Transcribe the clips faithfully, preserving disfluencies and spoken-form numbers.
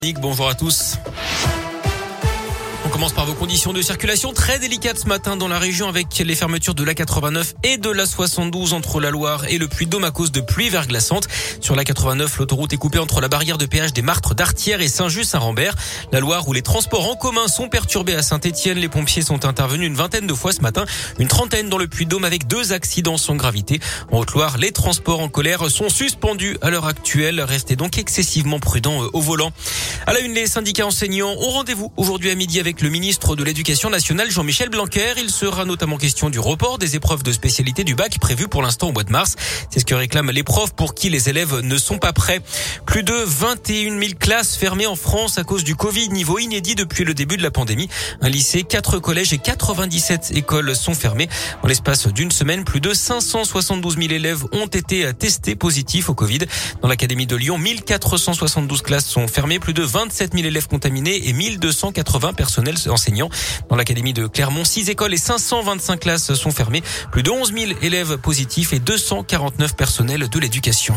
Bonjour à tous. On commence par vos conditions de circulation très délicates ce matin dans la région avec les fermetures de l'A quatre-vingt-neuf et de l'A soixante-douze entre la Loire et le Puy-de-Dôme à cause de pluies verglaçantes. Sur l'A quatre-vingt-neuf, l'autoroute est coupée entre la barrière de péage des Martres d'Artière et Saint-Just-Saint-Rambert. La Loire où les transports en commun sont perturbés à Saint-Étienne. Les pompiers sont intervenus une vingtaine de fois ce matin, une trentaine dans le Puy-de-Dôme avec deux accidents sans gravité. En Haute-Loire, les transports en colère sont suspendus à l'heure actuelle. Restez donc excessivement prudents au volant. À la une, les syndicats enseignants ont rendez-vous aujourd'hui à midi avec le ministre de l'Éducation nationale, Jean-Michel Blanquer. Il sera notamment question du report des épreuves de spécialité du bac prévues pour l'instant au mois de mars. C'est ce que réclament les profs pour qui les élèves ne sont pas prêts. Plus de vingt et une mille classes fermées en France à cause du Covid, niveau inédit depuis le début de la pandémie. Un lycée, quatre collèges et quatre-vingt-dix-sept écoles sont fermées. En l'espace d'une semaine, plus de cinq cent soixante-douze mille élèves ont été testés positifs au Covid. Dans l'académie de Lyon, mille quatre cent soixante-douze classes sont fermées, plus de vingt-sept mille élèves contaminés et mille deux cent quatre-vingts personnels enseignants. Dans l'académie de Clermont, six écoles et cinq cent vingt-cinq classes sont fermées. Plus de onze mille élèves positifs et deux cent quarante-neuf personnels de l'éducation.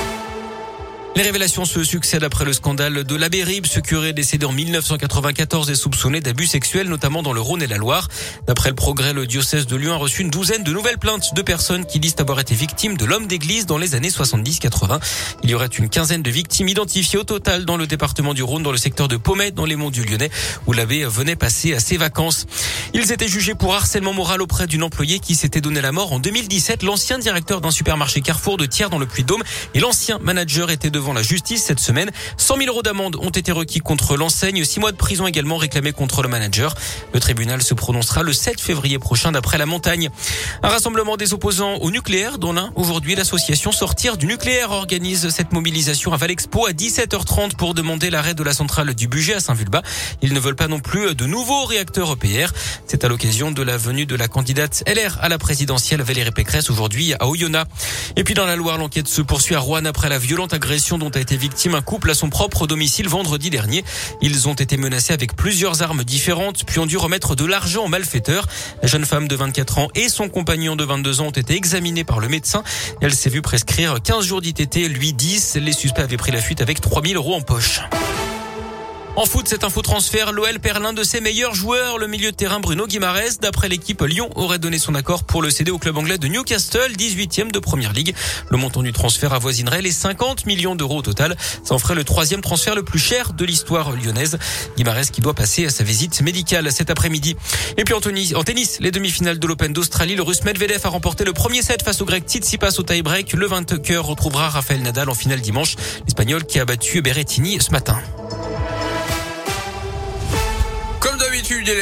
Les révélations se succèdent après le scandale de l'abbé Ribes. Ce curé décédé en mille neuf cent quatre-vingt-quatorze est soupçonné d'abus sexuels, notamment dans le Rhône et la Loire. D'après le Progrès, le diocèse de Lyon a reçu une douzaine de nouvelles plaintes de personnes qui disent avoir été victimes de l'homme d'église dans les années soixante-dix quatre-vingts. Il y aurait une quinzaine de victimes identifiées au total dans le département du Rhône, dans le secteur de Pommet, dans les monts du Lyonnais, où l'abbé venait passer ses vacances. Ils étaient jugés pour harcèlement moral auprès d'une employée qui s'était donné la mort en deux mille dix-sept. L'ancien directeur d'un supermarché Carrefour de Thiers dans le Puy-de-Dôme et l'ancien manager étaient devant la justice cette semaine. cent mille euros d'amende ont été requis contre l'enseigne, six mois de prison également réclamés contre le manager. Le tribunal se prononcera le sept février prochain d'après la montagne. Un rassemblement des opposants au nucléaire dans l'Ain. Aujourd'hui, l'association Sortir du nucléaire organise cette mobilisation à Valexpo à dix-sept heures trente pour demander l'arrêt de la centrale du Bugey à Saint-Vulbas. Ils ne veulent pas non plus de nouveaux réacteurs E P R. C'est à l'occasion de la venue de la candidate L R à la présidentielle Valérie Pécresse aujourd'hui à Oyonnax. Et puis dans la Loire, l'enquête se poursuit à Roanne après la violente agression dont a été victime un couple à son propre domicile vendredi dernier. Ils ont été menacés avec plusieurs armes différentes puis ont dû remettre de l'argent aux malfaiteurs. La jeune femme de vingt-quatre ans et son compagnon de vingt-deux ans ont été examinés par le médecin. Elle s'est vue prescrire quinze jours d'I T T, lui dix. Les suspects avaient pris la fuite avec trois mille euros en poche. En foot, cet info transfert, l'O L perd l'un de ses meilleurs joueurs, le milieu de terrain Bruno Guimaraes. D'après l'équipe, Lyon aurait donné son accord pour le céder au club anglais de Newcastle, dix-huitième de Première Ligue. Le montant du transfert avoisinerait les cinquante millions d'euros au total. Ça en ferait le troisième transfert le plus cher de l'histoire lyonnaise. Guimaraes qui doit passer à sa visite médicale cet après-midi. Et puis en tennis, en tennis, les demi-finales de l'Open d'Australie, le Russe Medvedev a remporté le premier set face au Grec Tsitsipas au tie-break. Le vainqueur retrouvera Rafael Nadal en finale dimanche. L'Espagnol qui a battu Berrettini ce matin. Comme d'habitude,